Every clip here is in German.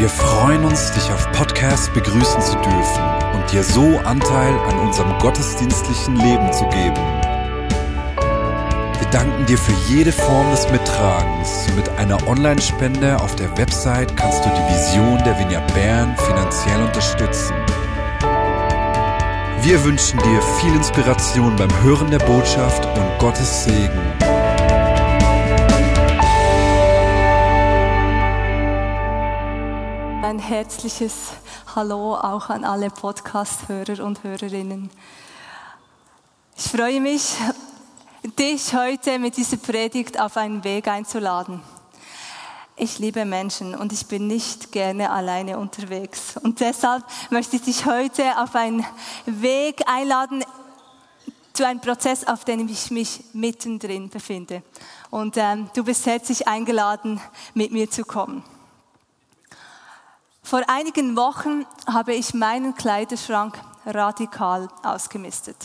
Wir freuen uns, dich auf Podcast begrüßen zu dürfen und dir so Anteil an unserem gottesdienstlichen Leben zu geben. Wir danken dir für jede Form des Mittragens. Mit einer Online-Spende auf der Website kannst du die Vision der Vineyard Bern finanziell unterstützen. Wir wünschen dir viel Inspiration beim Hören der Botschaft und Gottes Segen. Ein herzliches Hallo auch an alle Podcast-Hörer und Hörerinnen. Ich freue mich, dich heute mit dieser Predigt auf einen Weg einzuladen. Ich liebe Menschen und ich bin nicht gerne alleine unterwegs. Und deshalb möchte ich dich heute auf einen Weg einladen, zu einem Prozess, auf dem ich mich mittendrin befinde. Und du bist herzlich eingeladen, mit mir zu kommen. Vor einigen Wochen habe ich meinen Kleiderschrank radikal ausgemistet.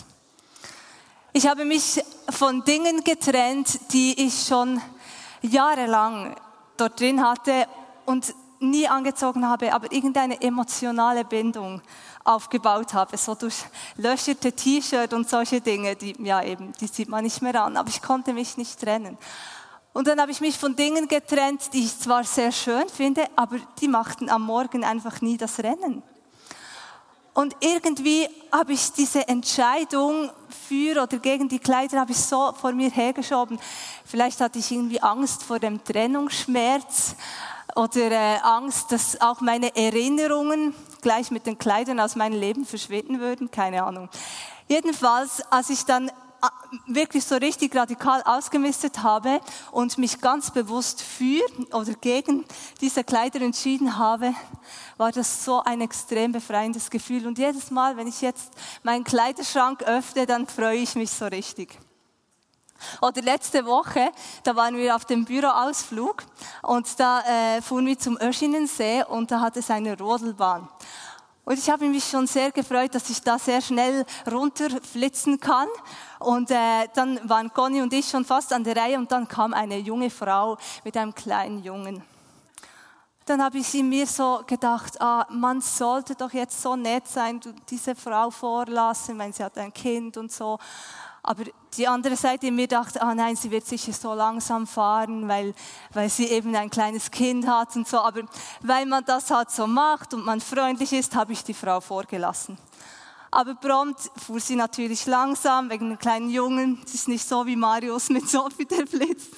Ich habe mich von Dingen getrennt, die ich schon jahrelang dort drin hatte und nie angezogen habe, aber irgendeine emotionale Bindung aufgebaut habe, so durch löcherte T-Shirt und solche Dinge, die sieht man nicht mehr an, aber ich konnte mich nicht trennen. Und dann habe ich mich von Dingen getrennt, die ich zwar sehr schön finde, aber die machten am Morgen einfach nie das Rennen. Und irgendwie habe ich diese Entscheidung für oder gegen die Kleider habe ich so vor mir hergeschoben. Vielleicht hatte ich irgendwie Angst vor dem Trennungsschmerz oder Angst, dass auch meine Erinnerungen gleich mit den Kleidern aus meinem Leben verschwinden würden, keine Ahnung. Jedenfalls, als ich dann wirklich so richtig radikal ausgemistet habe und mich ganz bewusst für oder gegen diese Kleider entschieden habe, war das so ein extrem befreiendes Gefühl. Und jedes Mal, wenn ich jetzt meinen Kleiderschrank öffne, dann freue ich mich so richtig. Oder letzte Woche, da waren wir auf dem Büroausflug und da fuhren wir zum Öschinensee und da hat es eine Rodelbahn. Und ich habe mich schon sehr gefreut, dass ich da sehr schnell runterflitzen kann. Und dann waren Conny und ich schon fast an der Reihe und dann kam eine junge Frau mit einem kleinen Jungen. Dann habe ich in mir so gedacht, man sollte doch jetzt so nett sein, diese Frau vorlassen, ich meine, sie hat ein Kind und so. Aber die andere Seite in mir dachte, nein, sie wird sicher so langsam fahren, weil sie eben ein kleines Kind hat und so. Aber weil man das halt so macht und man freundlich ist, habe ich die Frau vorgelassen. Aber prompt fuhr sie natürlich langsam, wegen einem kleinen Jungen. Sie ist nicht so wie Marius mit Sophie, der flitzt.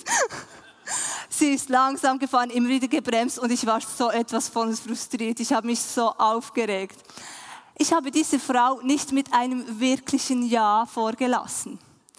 Sie ist langsam gefahren, immer wieder gebremst und ich war so etwas von frustriert. Ich habe mich so aufgeregt. Ich habe diese Frau nicht mit einem wirklichen Ja vorgelassen.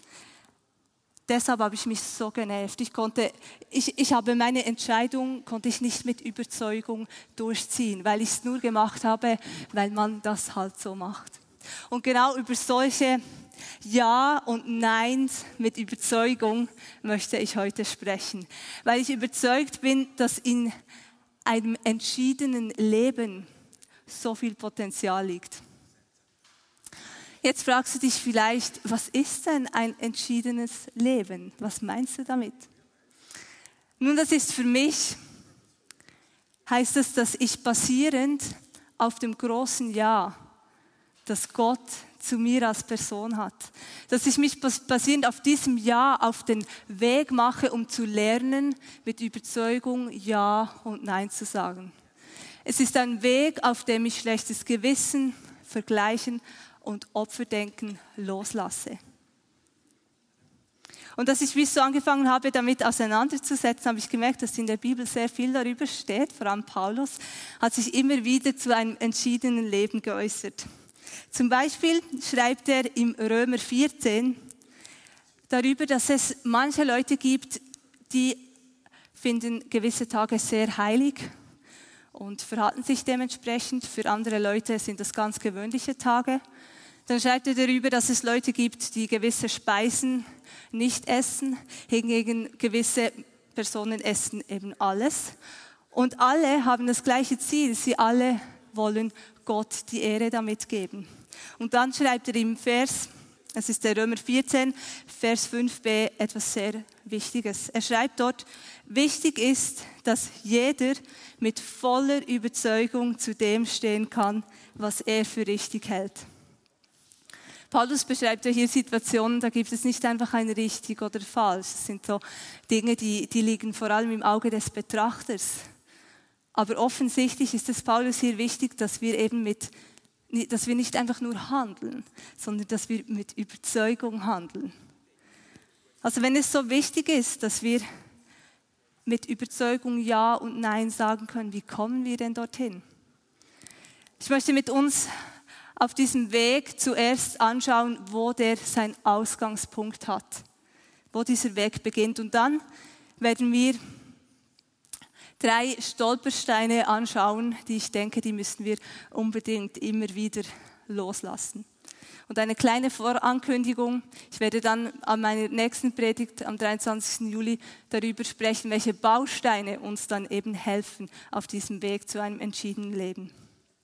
Deshalb habe ich mich so genervt. Ich habe meine Entscheidung konnte ich nicht mit Überzeugung durchziehen, weil ich es nur gemacht habe, weil man das halt so macht. Und genau über solche Ja und Neins mit Überzeugung möchte ich heute sprechen, weil ich überzeugt bin, dass in einem entschiedenen Leben so viel Potenzial liegt. Jetzt fragst du dich vielleicht, was ist denn ein entschiedenes Leben? Was meinst du damit? Nun, das ist für mich, heißt es, dass ich basierend auf dem großen Ja, das Gott zu mir als Person hat, dass ich mich basierend auf diesem Ja auf den Weg mache, um zu lernen, mit Überzeugung Ja und Nein zu sagen. Es ist ein Weg, auf dem ich schlechtes Gewissen, Vergleichen und Opferdenken loslasse. Und als ich mich so angefangen habe, damit auseinanderzusetzen, habe ich gemerkt, dass in der Bibel sehr viel darüber steht. Vor allem Paulus hat sich immer wieder zu einem entschiedenen Leben geäußert. Zum Beispiel schreibt er im Römer 14 darüber, dass es manche Leute gibt, die finden gewisse Tage sehr heilig und verhalten sich dementsprechend. Für andere Leute sind das ganz gewöhnliche Tage. Dann schreibt er darüber, dass es Leute gibt, die gewisse Speisen nicht essen, hingegen gewisse Personen essen eben alles. Und alle haben das gleiche Ziel, sie alle wollen Gott die Ehre damit geben. Und dann schreibt er im Vers Es ist der Römer 14, Vers 5b, etwas sehr Wichtiges. Er schreibt dort, wichtig ist, dass jeder mit voller Überzeugung zu dem stehen kann, was er für richtig hält. Paulus beschreibt ja hier Situationen, da gibt es nicht einfach ein richtig oder falsch. Es sind so Dinge, die liegen vor allem im Auge des Betrachters. Aber offensichtlich ist es Paulus hier wichtig, dass wir nicht einfach nur handeln, sondern dass wir mit Überzeugung handeln. Also wenn es so wichtig ist, dass wir mit Überzeugung Ja und Nein sagen können, wie kommen wir denn dorthin? Ich möchte mit uns auf diesem Weg zuerst anschauen, wo der seinen Ausgangspunkt hat, wo dieser Weg beginnt. Und dann werden wir 3 Stolpersteine anschauen, die ich denke, die müssen wir unbedingt immer wieder loslassen. Und eine kleine Vorankündigung, ich werde dann an meiner nächsten Predigt am 23. Juli darüber sprechen, welche Bausteine uns dann eben helfen auf diesem Weg zu einem entschiedenen Leben.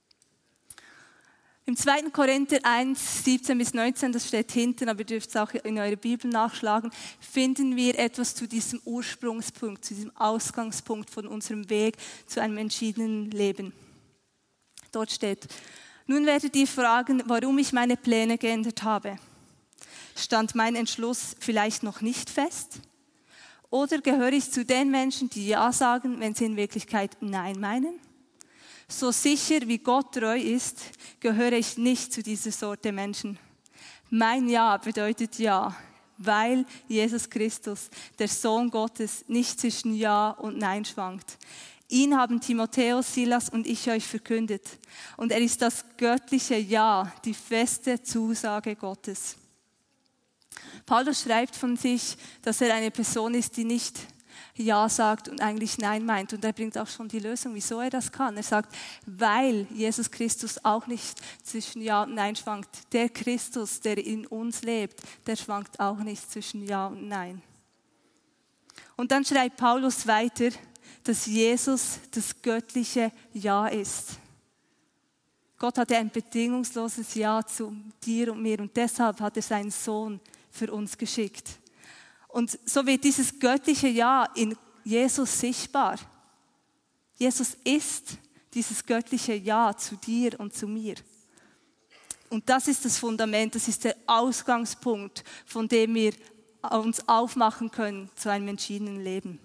Im 2. Korinther 1, 17 bis 19, das steht hinten, aber ihr dürft es auch in eurer Bibel nachschlagen, finden wir etwas zu diesem Ursprungspunkt, zu diesem Ausgangspunkt von unserem Weg zu einem entschiedenen Leben. Dort steht, nun werdet ihr fragen, warum ich meine Pläne geändert habe. Stand mein Entschluss vielleicht noch nicht fest? Oder gehöre ich zu den Menschen, die Ja sagen, wenn sie in Wirklichkeit Nein meinen? So sicher wie Gott treu ist, gehöre ich nicht zu dieser Sorte Menschen. Mein Ja bedeutet Ja, weil Jesus Christus, der Sohn Gottes, nicht zwischen Ja und Nein schwankt. Ihn haben Timotheus, Silas und ich euch verkündet. Und er ist das göttliche Ja, die feste Zusage Gottes. Paulus schreibt von sich, dass er eine Person ist, die nicht Ja sagt und eigentlich Nein meint. Und er bringt auch schon die Lösung, wieso er das kann. Er sagt, weil Jesus Christus auch nicht zwischen Ja und Nein schwankt. Der Christus, der in uns lebt, der schwankt auch nicht zwischen Ja und Nein. Und dann schreibt Paulus weiter, dass Jesus das göttliche Ja ist. Gott hatte ein bedingungsloses Ja zu dir und mir und deshalb hat er seinen Sohn für uns geschickt. Und so wird dieses göttliche Ja in Jesus sichtbar. Jesus ist dieses göttliche Ja zu dir und zu mir. Und das ist das Fundament, das ist der Ausgangspunkt, von dem wir uns aufmachen können zu einem entschiedenen Leben.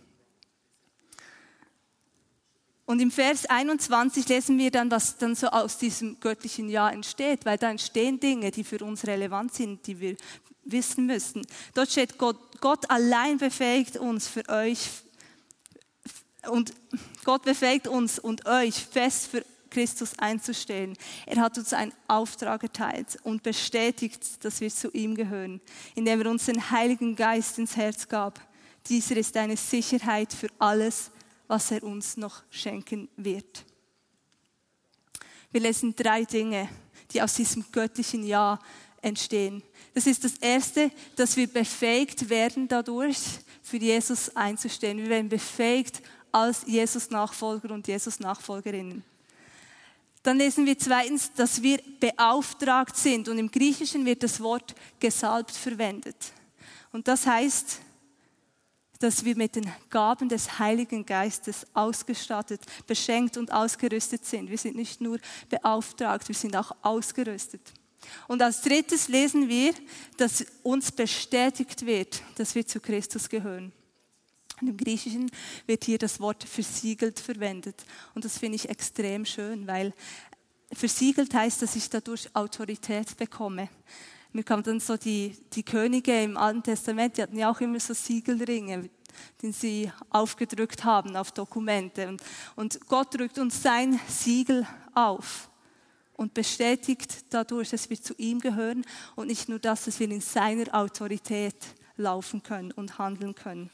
Und im Vers 21 lesen wir dann, was dann so aus diesem göttlichen Ja entsteht, weil da entstehen Dinge, die für uns relevant sind, die wir wissen müssen. Dort steht, Gott allein befähigt uns für euch und Gott befähigt uns und euch fest für Christus einzustehen. Er hat uns einen Auftrag erteilt und bestätigt, dass wir zu ihm gehören, indem er uns den Heiligen Geist ins Herz gab. Dieser ist eine Sicherheit für alles, was er uns noch schenken wird. Wir lesen 3 Dinge, die aus diesem göttlichen Ja entstehen. Das ist das Erste, dass wir befähigt werden dadurch, für Jesus einzustehen. Wir werden befähigt als Jesus-Nachfolger und Jesus-Nachfolgerinnen. Dann lesen wir zweitens, dass wir beauftragt sind. Und im Griechischen wird das Wort gesalbt verwendet. Und das heißt, dass wir mit den Gaben des Heiligen Geistes ausgestattet, beschenkt und ausgerüstet sind. Wir sind nicht nur beauftragt, wir sind auch ausgerüstet. Und als drittes lesen wir, dass uns bestätigt wird, dass wir zu Christus gehören. Und im Griechischen wird hier das Wort versiegelt verwendet. Und das finde ich extrem schön, weil versiegelt heißt, dass ich dadurch Autorität bekomme. Mir kamen dann so die Könige im Alten Testament, die hatten ja auch immer so Siegelringe, die sie aufgedrückt haben auf Dokumente. Und Gott drückt uns sein Siegel auf und bestätigt dadurch, dass wir zu ihm gehören und nicht nur das, dass wir in seiner Autorität laufen können und handeln können.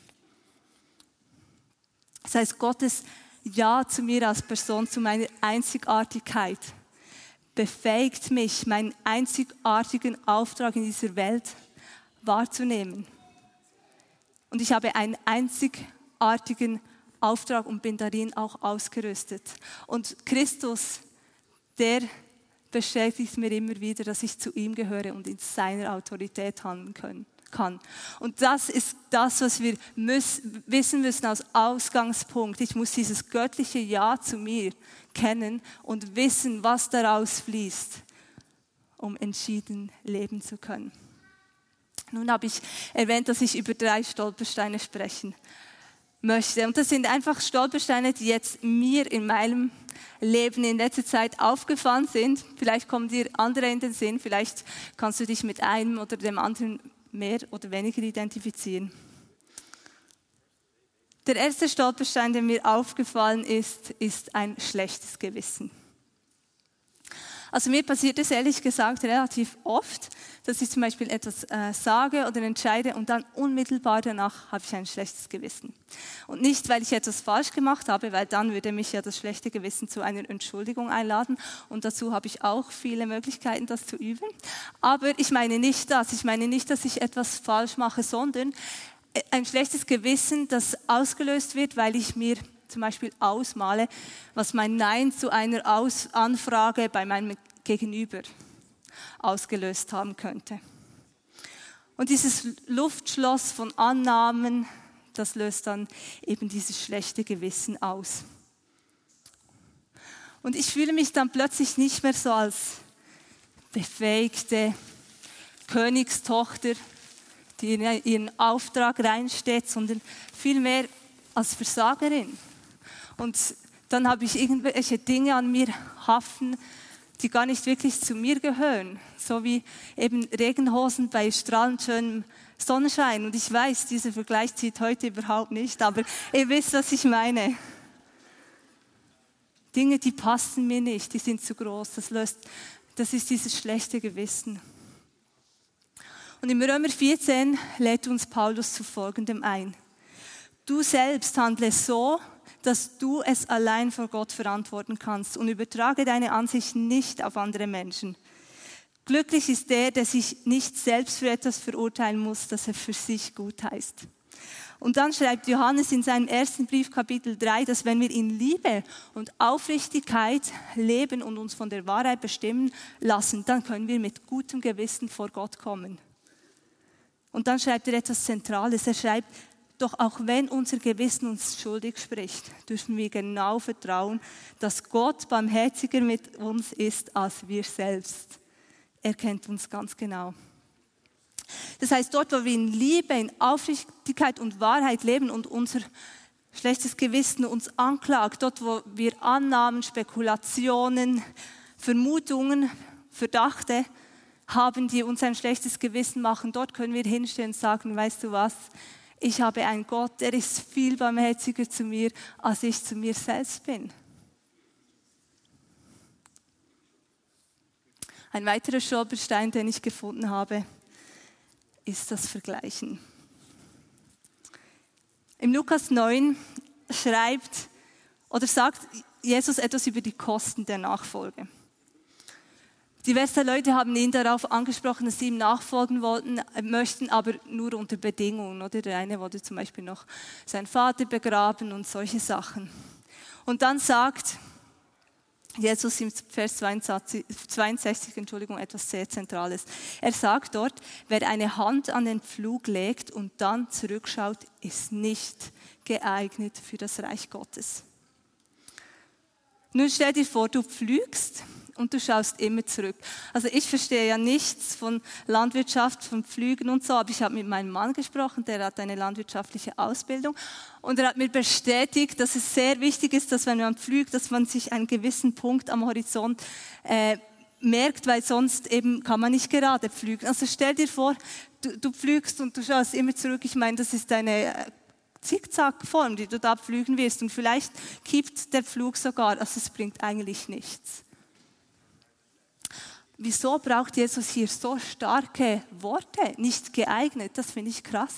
Das heißt, Gottes Ja zu mir als Person, zu meiner Einzigartigkeit, befähigt mich, meinen einzigartigen Auftrag in dieser Welt wahrzunehmen. Und ich habe einen einzigartigen Auftrag und bin darin auch ausgerüstet. Und Christus, der bestätigt mir immer wieder, dass ich zu ihm gehöre und in seiner Autorität handeln kann. Und das ist das, was wir wissen müssen als Ausgangspunkt. Ich muss dieses göttliche Ja zu mir kennen und wissen, was daraus fließt, um entschieden leben zu können. Nun habe ich erwähnt, dass ich über 3 Stolpersteine sprechen möchte. Und das sind einfach Stolpersteine, die jetzt mir in meinem Leben in letzter Zeit aufgefallen sind. Vielleicht kommen dir andere in den Sinn, vielleicht kannst du dich mit einem oder dem anderen mehr oder weniger identifizieren. Der erste Stolperstein, der mir aufgefallen ist, ist ein schlechtes Gewissen. Also mir passiert es ehrlich gesagt relativ oft, dass ich zum Beispiel etwas sage oder entscheide und dann unmittelbar danach habe ich ein schlechtes Gewissen. Und nicht, weil ich etwas falsch gemacht habe, weil dann würde mich ja das schlechte Gewissen zu einer Entschuldigung einladen und dazu habe ich auch viele Möglichkeiten, das zu üben. Aber ich meine nicht das. Ich meine nicht, dass ich etwas falsch mache, sondern ein schlechtes Gewissen, das ausgelöst wird, weil ich mir zum Beispiel ausmale, was mein Nein zu einer Anfrage bei meinem Gegenüber ausgelöst haben könnte. Und dieses Luftschloss von Annahmen, das löst dann eben dieses schlechte Gewissen aus. Und ich fühle mich dann plötzlich nicht mehr so als befähigte Königstochter, die in ihren Auftrag reinsteht, sondern vielmehr als Versagerin. Und dann habe ich irgendwelche Dinge an mir haften, die gar nicht wirklich zu mir gehören. So wie eben Regenhosen bei strahlend schönem Sonnenschein. Und ich weiß, dieser Vergleich zieht heute überhaupt nicht, aber ihr wisst, was ich meine. Dinge, die passen mir nicht, die sind zu groß. Das ist dieses schlechte Gewissen. Und im Römer 14 lädt uns Paulus zu Folgendem ein. Du selbst handle so, dass du es allein vor Gott verantworten kannst und übertrage deine Ansichten nicht auf andere Menschen. Glücklich ist der sich nicht selbst für etwas verurteilen muss, das er für sich gut heißt. Und dann schreibt Johannes in seinem ersten Brief, Kapitel 3, dass wenn wir in Liebe und Aufrichtigkeit leben und uns von der Wahrheit bestimmen lassen, dann können wir mit gutem Gewissen vor Gott kommen. Und dann schreibt er etwas Zentrales. Er schreibt, doch auch wenn unser Gewissen uns schuldig spricht, dürfen wir genau vertrauen, dass Gott barmherziger mit uns ist als wir selbst. Er kennt uns ganz genau. Das heißt, dort, wo wir in Liebe, in Aufrichtigkeit und Wahrheit leben und unser schlechtes Gewissen uns anklagt, dort, wo wir Annahmen, Spekulationen, Vermutungen, Verdachte haben, die uns ein schlechtes Gewissen machen, dort können wir hinstehen und sagen, weißt du was, ich habe einen Gott, der ist viel barmherziger zu mir, als ich zu mir selbst bin. Ein weiterer Stolperstein, den ich gefunden habe, ist das Vergleichen. Im Lukas 9 schreibt oder sagt Jesus etwas über die Kosten der Nachfolge. Diverse Leute haben ihn darauf angesprochen, dass sie ihm nachfolgen möchten, aber nur unter Bedingungen. Oder der eine wollte zum Beispiel noch seinen Vater begraben und solche Sachen. Und dann sagt Jesus im Vers 62, etwas sehr Zentrales. Er sagt dort, wer eine Hand an den Pflug legt und dann zurückschaut, ist nicht geeignet für das Reich Gottes. Nun stell dir vor, du pflügst und du schaust immer zurück. Also ich verstehe ja nichts von Landwirtschaft, von Pflügen und so, aber ich habe mit meinem Mann gesprochen, der hat eine landwirtschaftliche Ausbildung und er hat mir bestätigt, dass es sehr wichtig ist, dass wenn man pflügt, dass man sich einen gewissen Punkt am Horizont merkt, weil sonst eben kann man nicht gerade pflügen. Also stell dir vor, du pflügst und du schaust immer zurück. Ich meine, das ist eine Zickzackform, die du da pflügen wirst und vielleicht kippt der Pflug sogar, also es bringt eigentlich nichts. Wieso braucht Jesus hier so starke Worte? Nicht geeignet, das finde ich krass.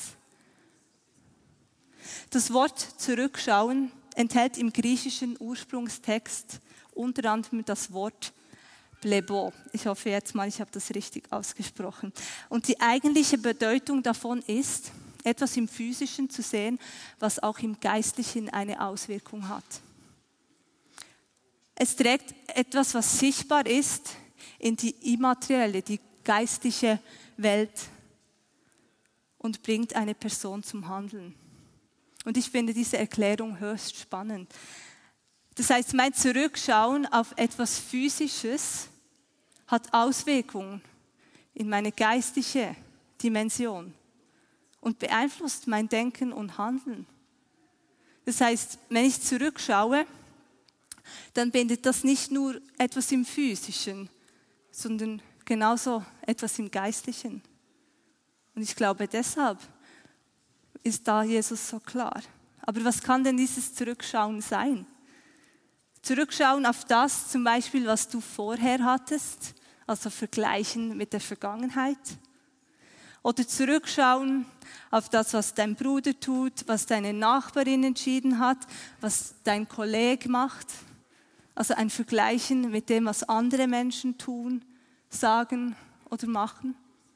Das Wort zurückschauen enthält im griechischen Ursprungstext unter anderem das Wort Plebo. Ich hoffe jetzt mal, ich habe das richtig ausgesprochen. Und die eigentliche Bedeutung davon ist, etwas im Physischen zu sehen, was auch im Geistlichen eine Auswirkung hat. Es trägt etwas, was sichtbar ist, in die immaterielle, die geistliche Welt und bringt eine Person zum Handeln. Und ich finde diese Erklärung höchst spannend. Das heißt, mein Zurückschauen auf etwas Physisches hat Auswirkungen in meine geistige Dimension und beeinflusst mein Denken und Handeln. Das heißt, wenn ich zurückschaue, dann bindet das nicht nur etwas im Physischen, sondern genauso etwas im Geistlichen. Und ich glaube, deshalb ist da Jesus so klar. Aber was kann denn dieses Zurückschauen sein? Zurückschauen auf das zum Beispiel, was du vorher hattest, also vergleichen mit der Vergangenheit. Oder zurückschauen auf das, was dein Bruder tut, was deine Nachbarin entschieden hat, was dein Kollege macht. Also ein Vergleichen mit dem, was andere Menschen tun, sagen oder machen.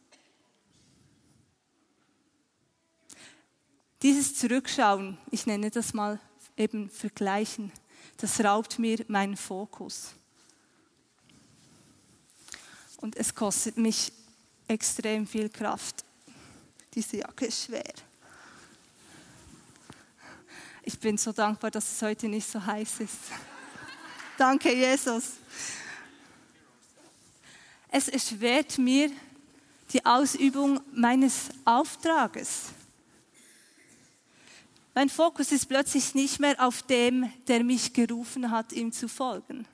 Dieses Zurückschauen, ich nenne das mal eben Vergleichen, das raubt mir meinen Fokus. Und es kostet mich extrem viel Kraft. Diese Jacke ist schwer. Ich bin so dankbar, dass es heute nicht so heiß ist. Danke, Jesus. Es erschwert mir die Ausübung meines Auftrages. Mein Fokus ist plötzlich nicht mehr auf dem, der mich gerufen hat, ihm zu folgen.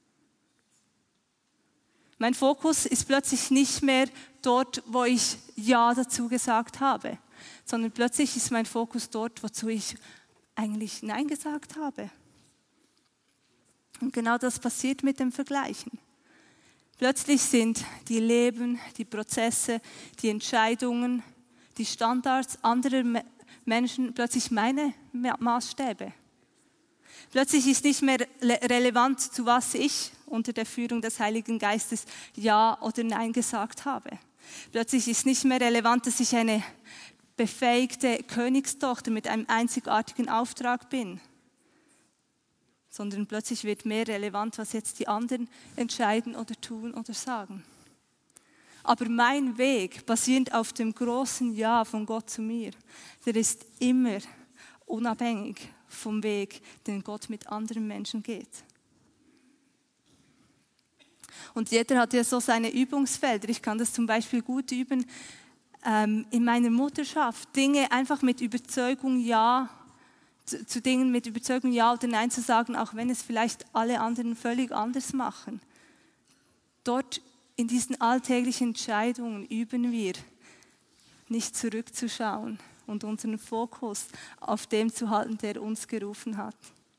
Mein Fokus ist plötzlich nicht mehr dort, wo ich Ja dazu gesagt habe, sondern plötzlich ist mein Fokus dort, wozu ich eigentlich Nein gesagt habe. Und genau das passiert mit dem Vergleichen. Plötzlich sind die Leben, die Prozesse, die Entscheidungen, die Standards anderer Menschen plötzlich meine Maßstäbe. Plötzlich ist nicht mehr relevant, zu was ich unter der Führung des Heiligen Geistes Ja oder Nein gesagt habe. Plötzlich ist nicht mehr relevant, dass ich eine befähigte Königstochter mit einem einzigartigen Auftrag bin, sondern plötzlich wird mehr relevant, was jetzt die anderen entscheiden oder tun oder sagen. Aber mein Weg, basierend auf dem großen Ja von Gott zu mir, der ist immer unabhängig vom Weg, den Gott mit anderen Menschen geht. Und jeder hat ja so seine Übungsfelder. Ich kann das zum Beispiel gut üben in meiner Mutterschaft. Dinge einfach mit Überzeugung Ja, zu Dingen mit Überzeugung Ja oder Nein zu sagen, auch wenn es vielleicht alle anderen völlig anders machen. Dort in diesen alltäglichen Entscheidungen üben wir, nicht zurückzuschauen und unseren Fokus auf dem zu halten, der uns gerufen hat.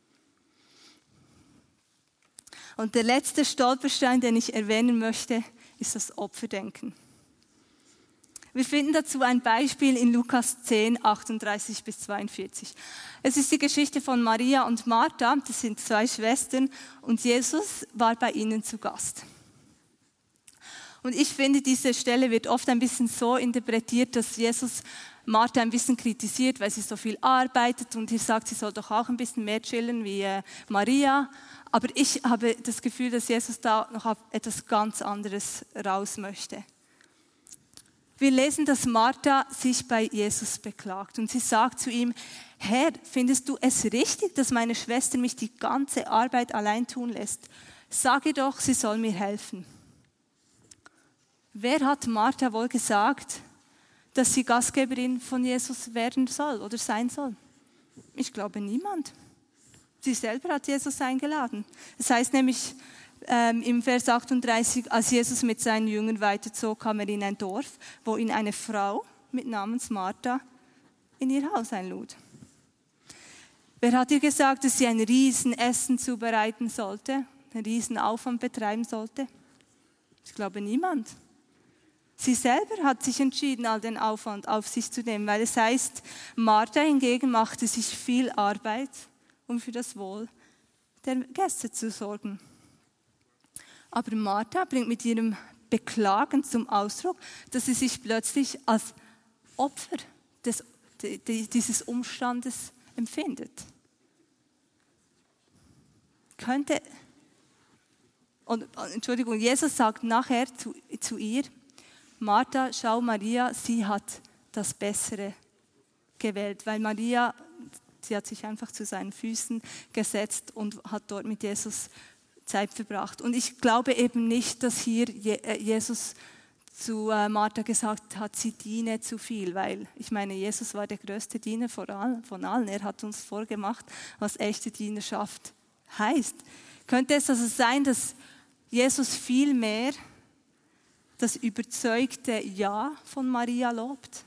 Und der letzte Stolperstein, den ich erwähnen möchte, ist das Opferdenken. Wir finden dazu ein Beispiel in Lukas 10, 38 bis 42. Es ist die Geschichte von Maria und Martha, das sind zwei Schwestern, und Jesus war bei ihnen zu Gast. Und ich finde, diese Stelle wird oft ein bisschen so interpretiert, dass Jesus Martha ein bisschen kritisiert, weil sie so viel arbeitet und ihr sagt, sie soll doch auch ein bisschen mehr chillen wie Maria. Aber ich habe das Gefühl, dass Jesus da noch etwas ganz anderes raus möchte. Wir lesen, dass Martha sich bei Jesus beklagt und sie sagt zu ihm: Herr, findest du es richtig, dass meine Schwester mich die ganze Arbeit allein tun lässt? Sage doch, sie soll mir helfen. Wer hat Martha wohl gesagt, dass sie Gastgeberin von Jesus werden soll oder sein soll? Ich glaube niemand. Sie selber hat Jesus eingeladen. Das heißt nämlich im Vers 38, als Jesus mit seinen Jüngern weiterzog, kam er in ein Dorf, wo ihn eine Frau mit Namens Martha in ihr Haus einlud. Wer hat ihr gesagt, dass sie ein Riesenessen zubereiten sollte, einen Riesenaufwand betreiben sollte? Ich glaube niemand. Sie selber hat sich entschieden, all den Aufwand auf sich zu nehmen, weil es heißt, Martha hingegen machte sich viel Arbeit, um für das Wohl der Gäste zu sorgen. Aber Martha bringt mit ihrem Beklagen zum Ausdruck, dass sie sich plötzlich als Opfer dieses Umstandes empfindet. Jesus sagt nachher zu ihr, Martha, schau Maria, sie hat das Bessere gewählt, weil Maria, sie hat sich einfach zu seinen Füßen gesetzt und hat dort mit Jesus Zeit verbracht. Und ich glaube eben nicht, dass hier Jesus zu Martha gesagt hat, sie diene zu viel, weil ich meine, Jesus war der größte Diener von allen. Er hat uns vorgemacht, was echte Dienerschaft heißt. Könnte es also sein, dass Jesus vielmehr das überzeugte Ja von Maria lobt?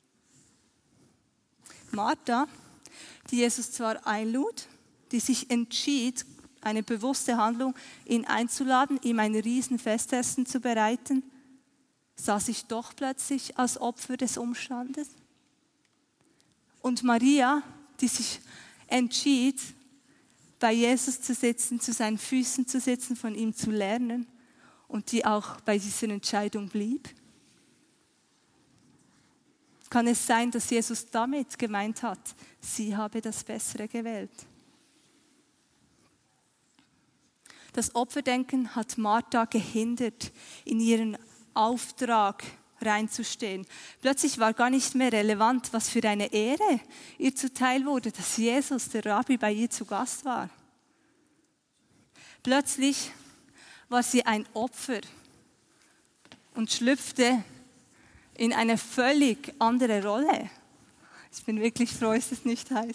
Martha, die Jesus zwar einlud, die sich entschied, eine bewusste Handlung, ihn einzuladen, ihm ein Riesenfestessen zu bereiten, sah sich doch plötzlich als Opfer des Umstandes. Und Maria, die sich entschied, bei Jesus zu sitzen, zu seinen Füßen zu sitzen, von ihm zu lernen und die auch bei dieser Entscheidung blieb. Kann es sein, dass Jesus damit gemeint hat, sie habe das Bessere gewählt? Das Opferdenken hat Martha gehindert, in ihren Auftrag reinzustehen. Plötzlich war gar nicht mehr relevant, was für eine Ehre ihr zuteil wurde, dass Jesus, der Rabbi, bei ihr zu Gast war. Plötzlich war sie ein Opfer und schlüpfte in eine völlig andere Rolle. Ich bin wirklich froh, dass es nicht heiß.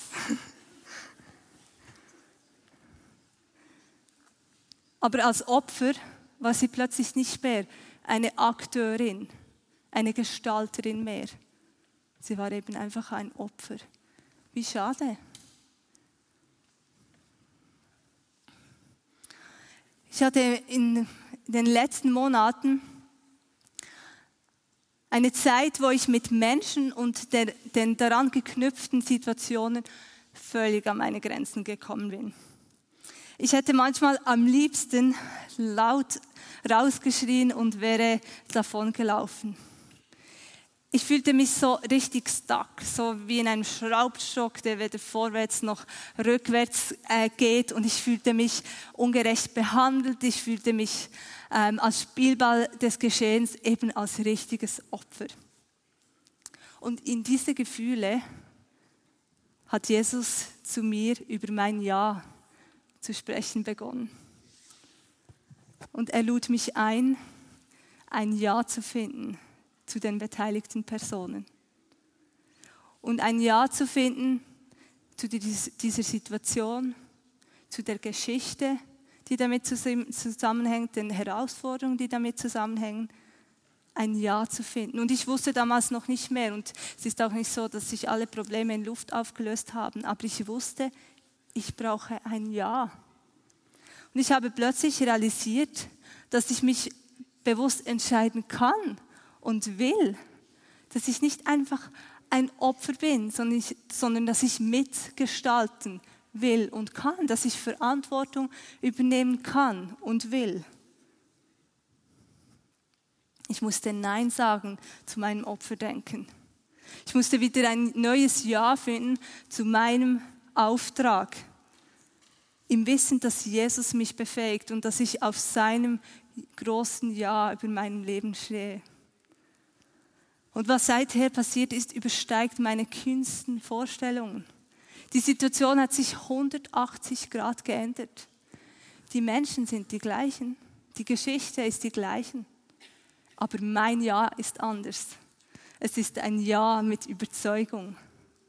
Aber als Opfer war sie plötzlich nicht mehr eine Akteurin, eine Gestalterin mehr. Sie war eben einfach ein Opfer. Wie schade. Ich hatte in den letzten Monaten eine Zeit, wo ich mit Menschen und den daran geknüpften Situationen völlig an meine Grenzen gekommen bin. Ich hätte manchmal am liebsten laut rausgeschrien und wäre davon gelaufen. Ich fühlte mich so richtig stuck, so wie in einem Schraubstock, der weder vorwärts noch rückwärts geht. Und ich fühlte mich ungerecht behandelt. Ich fühlte mich als Spielball des Geschehens, eben als richtiges Opfer. Und in diese Gefühle hat Jesus zu mir über mein Ja zu sprechen begonnen. Und er lud mich ein Ja zu finden zu den beteiligten Personen. Und ein Ja zu finden zu dieser Situation, zu der Geschichte, die damit zusammenhängt, den Herausforderungen, die damit zusammenhängen, ein Ja zu finden. Und ich wusste damals noch nicht mehr, und es ist auch nicht so, dass sich alle Probleme in Luft aufgelöst haben, aber ich wusste, ich brauche ein Ja. Und ich habe plötzlich realisiert, dass ich mich bewusst entscheiden kann und will, dass ich nicht einfach ein Opfer bin, sondern dass ich mitgestalten will und kann, dass ich Verantwortung übernehmen kann und will. Ich musste Nein sagen zu meinem Opferdenken. Ich musste wieder ein neues Ja finden zu meinem Auftrag. Im Wissen, dass Jesus mich befähigt und dass ich auf seinem großen Ja über meinem Leben stehe. Und was seither passiert ist, übersteigt meine kühnsten Vorstellungen. Die Situation hat sich 180 Grad geändert. Die Menschen sind die gleichen, die Geschichte ist die gleiche, aber mein Ja ist anders. Es ist ein Ja mit Überzeugung.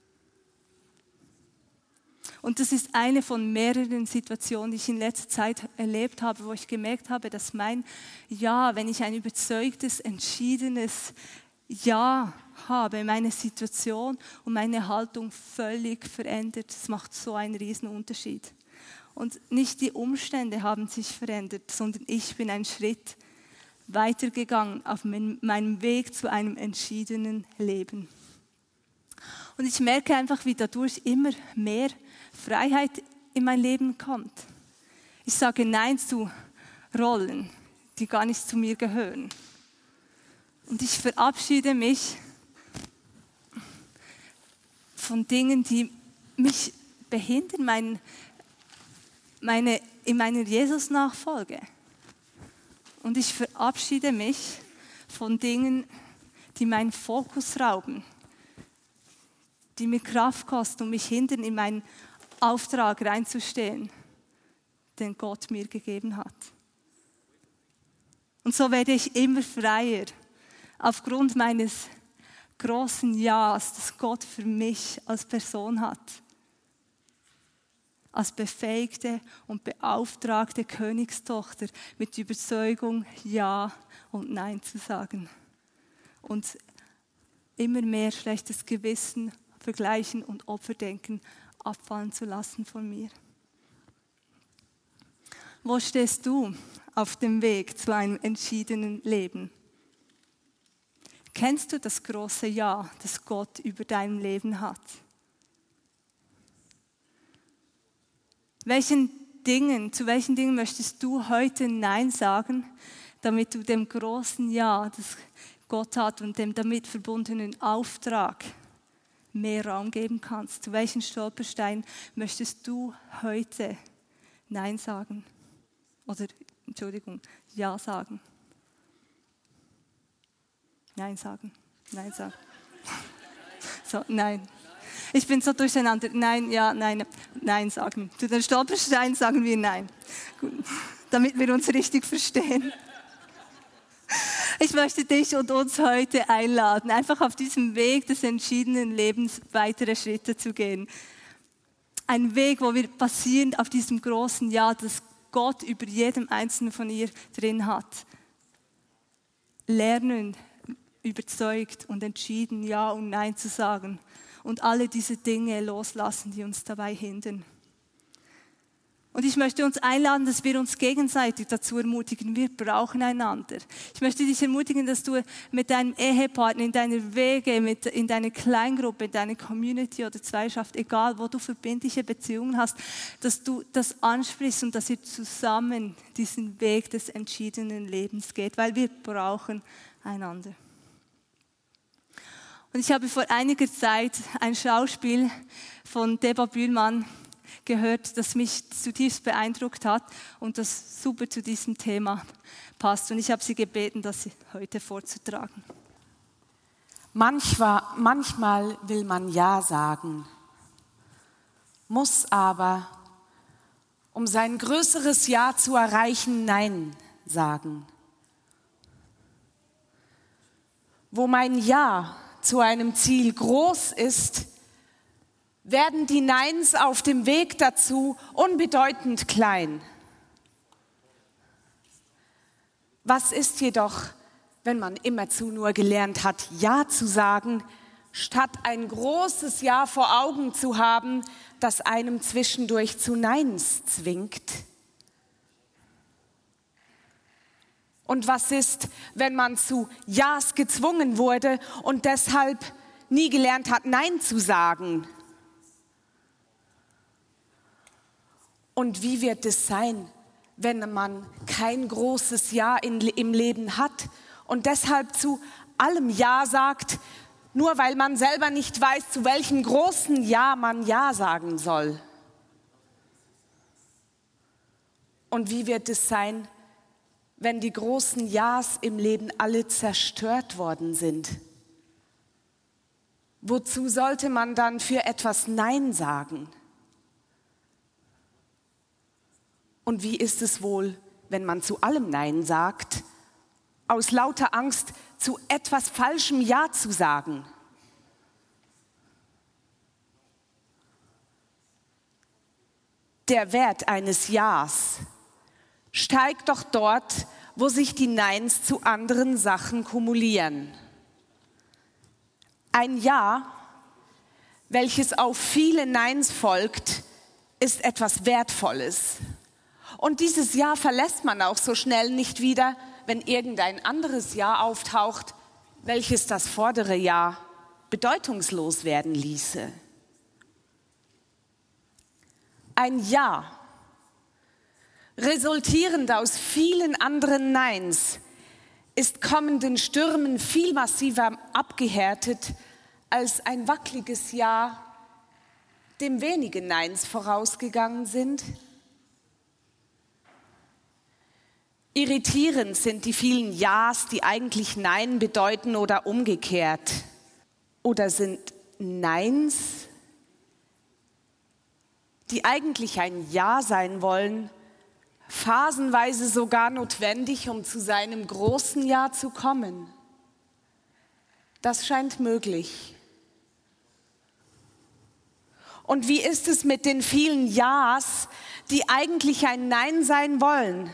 Und das ist eine von mehreren Situationen, die ich in letzter Zeit erlebt habe, wo ich gemerkt habe, dass mein Ja, wenn ich ein überzeugtes, entschiedenes Ja habe, meine Situation und meine Haltung völlig verändert. Das macht so einen riesen Unterschied. Und nicht die Umstände haben sich verändert, sondern ich bin einen Schritt weitergegangen auf meinem Weg zu einem entschiedenen Leben. Und ich merke einfach, wie dadurch immer mehr Freiheit in mein Leben kommt. Ich sage Nein zu Rollen, die gar nicht zu mir gehören. Und ich verabschiede mich von Dingen, die mich behindern, in meiner Jesus-Nachfolge. und ich verabschiede mich von Dingen, die meinen Fokus rauben, die mir Kraft kosten und mich hindern, in meinen Auftrag reinzustehen, den Gott mir gegeben hat. Und so werde ich immer freier, aufgrund meines großen Ja's, das Gott für mich als Person hat. Als befähigte und beauftragte Königstochter mit Überzeugung Ja und Nein zu sagen. Und immer mehr schlechtes Gewissen, Vergleichen und Opferdenken abfallen zu lassen von mir. Wo stehst du auf dem Weg zu einem entschiedenen Leben? Kennst du das große Ja, das Gott über dein Leben hat? Zu welchen Dingen möchtest du heute Nein sagen, damit du dem großen Ja, das Gott hat und dem damit verbundenen Auftrag mehr Raum geben kannst? Zu welchen Stolpersteinen möchtest du heute Nein sagen? Oder, Ja sagen. Nein sagen. Nein sagen. So, nein. Ich bin so durcheinander. Nein, ja, nein, nein sagen. Zu den Stolpersteinen sagen wir Nein. Gut, damit wir uns richtig verstehen. Ich möchte dich und uns heute einladen, einfach auf diesem Weg des entschiedenen Lebens weitere Schritte zu gehen. Ein Weg, wo wir basierend auf diesem großen Ja, das Gott über jedem Einzelnen von ihr drin hat, lernen, überzeugt und entschieden Ja und Nein zu sagen und alle diese Dinge loslassen, die uns dabei hindern. Und ich möchte uns einladen, dass wir uns gegenseitig dazu ermutigen. Wir brauchen einander. Ich möchte dich ermutigen, dass du mit deinem Ehepartner, in deiner Wege, in deiner Kleingruppe, in deiner Community oder Zweischaft, egal wo du verbindliche Beziehungen hast, dass du das ansprichst und dass ihr zusammen diesen Weg des entschiedenen Lebens geht, weil wir brauchen einander. Und ich habe vor einiger Zeit ein Schauspiel von Debra Bühlmann gehört, das mich zutiefst beeindruckt hat und das super zu diesem Thema passt. Und ich habe sie gebeten, das heute vorzutragen. Manchmal will man Ja sagen, muss aber, um sein größeres Ja zu erreichen, Nein sagen. Wo mein Ja zu einem Ziel groß ist, werden die Neins auf dem Weg dazu unbedeutend klein. Was ist jedoch, wenn man immerzu nur gelernt hat, Ja zu sagen, statt ein großes Ja vor Augen zu haben, das einem zwischendurch zu Neins zwingt? Und was ist, wenn man zu Ja's gezwungen wurde und deshalb nie gelernt hat, Nein zu sagen? Und wie wird es sein, wenn man kein großes Ja im Leben hat und deshalb zu allem Ja sagt, nur weil man selber nicht weiß, zu welchem großen Ja man Ja sagen soll? Und wie wird es sein, wenn die großen Ja's im Leben alle zerstört worden sind? Wozu sollte man dann für etwas Nein sagen? Und wie ist es wohl, wenn man zu allem Nein sagt, aus lauter Angst zu etwas Falschem Ja zu sagen? Der Wert eines Ja's steigt doch dort, wo sich die Neins zu anderen Sachen kumulieren. Ein Ja, welches auf viele Neins folgt, ist etwas Wertvolles. Und dieses Ja verlässt man auch so schnell nicht wieder, wenn irgendein anderes Ja auftaucht, welches das vordere Ja bedeutungslos werden ließe. Ein Ja, resultierend aus vielen anderen Neins, ist kommenden Stürmen viel massiver abgehärtet als ein wackeliges Ja, dem wenige Neins vorausgegangen sind. Irritierend sind die vielen Ja's, die eigentlich Nein bedeuten oder umgekehrt. Oder sind Neins, die eigentlich ein Ja sein wollen, phasenweise sogar notwendig, um zu seinem großen Ja zu kommen. Das scheint möglich. Und wie ist es mit den vielen Ja's, die eigentlich ein Nein sein wollen?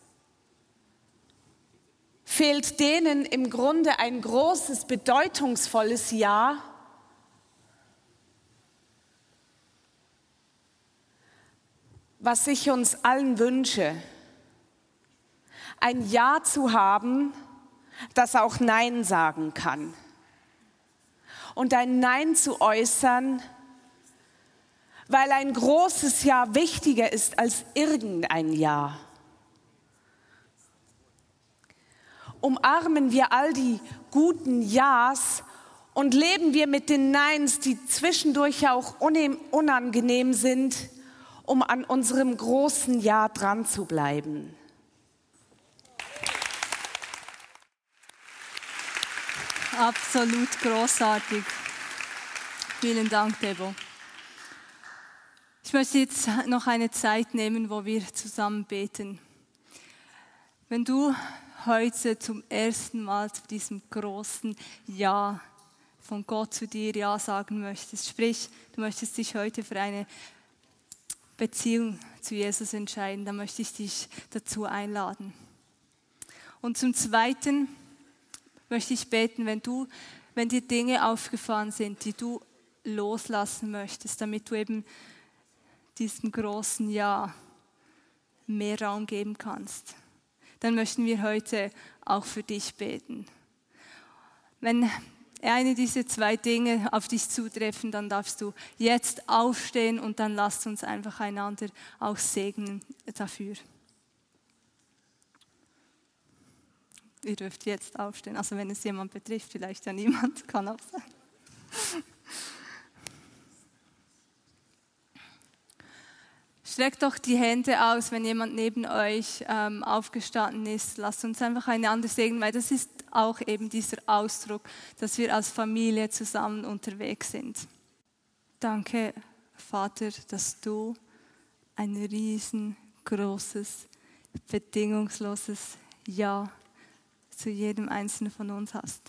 Fehlt denen im Grunde ein großes, bedeutungsvolles Ja? Was ich uns allen wünsche, ein Ja zu haben, das auch Nein sagen kann. Und ein Nein zu äußern, weil ein großes Ja wichtiger ist als irgendein Ja. Umarmen wir all die guten Ja's und leben wir mit den Neins, die zwischendurch auch unangenehm sind, um an unserem großen Ja dran zu bleiben. Absolut großartig. Vielen Dank, Debo. Ich möchte jetzt noch eine Zeit nehmen, wo wir zusammen beten. Wenn du heute zum ersten Mal zu diesem großen Ja von Gott zu dir Ja sagen möchtest, sprich, du möchtest dich heute für eine Beziehung zu Jesus entscheiden, dann möchte ich dich dazu einladen. Und zum Zweiten möchte ich beten, wenn dir Dinge aufgefallen sind, die du loslassen möchtest, damit du eben diesem großen Ja mehr Raum geben kannst, dann möchten wir heute auch für dich beten. Wenn eine dieser zwei Dinge auf dich zutreffen, dann darfst du jetzt aufstehen und dann lasst uns einfach einander auch segnen dafür. Ihr dürft jetzt aufstehen, also wenn es jemand betrifft, vielleicht ja niemand, kann auch sein. Streckt doch die Hände aus, wenn jemand neben euch aufgestanden ist. Lasst uns einfach einander segnen, weil das ist auch eben dieser Ausdruck, dass wir als Familie zusammen unterwegs sind. Danke, Vater, dass du ein riesengroßes, bedingungsloses Ja zu jedem Einzelnen von uns hast.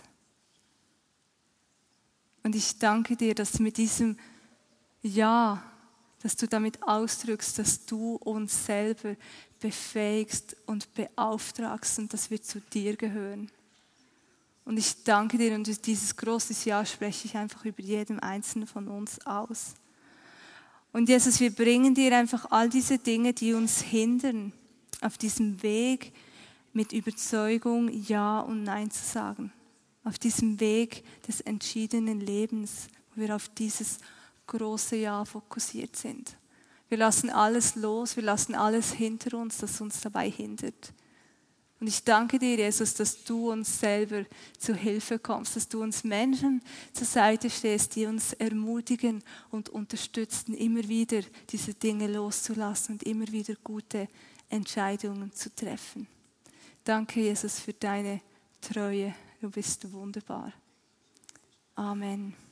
Und ich danke dir, dass mit diesem Ja, dass du damit ausdrückst, dass du uns selber befähigst und beauftragst und dass wir zu dir gehören. Und ich danke dir und dieses große Ja spreche ich einfach über jedem Einzelnen von uns aus. Und Jesus, wir bringen dir einfach all diese Dinge, die uns hindern, auf diesem Weg mit Überzeugung Ja und Nein zu sagen. Auf diesem Weg des entschiedenen Lebens, wo wir auf dieses große Ja fokussiert sind. Wir lassen alles los, wir lassen alles hinter uns, das uns dabei hindert. Und ich danke dir, Jesus, dass du uns selber zu Hilfe kommst, dass du uns Menschen zur Seite stehst, die uns ermutigen und unterstützen, immer wieder diese Dinge loszulassen und immer wieder gute Entscheidungen zu treffen. Danke, Jesus, für deine Treue. Du bist wunderbar. Amen.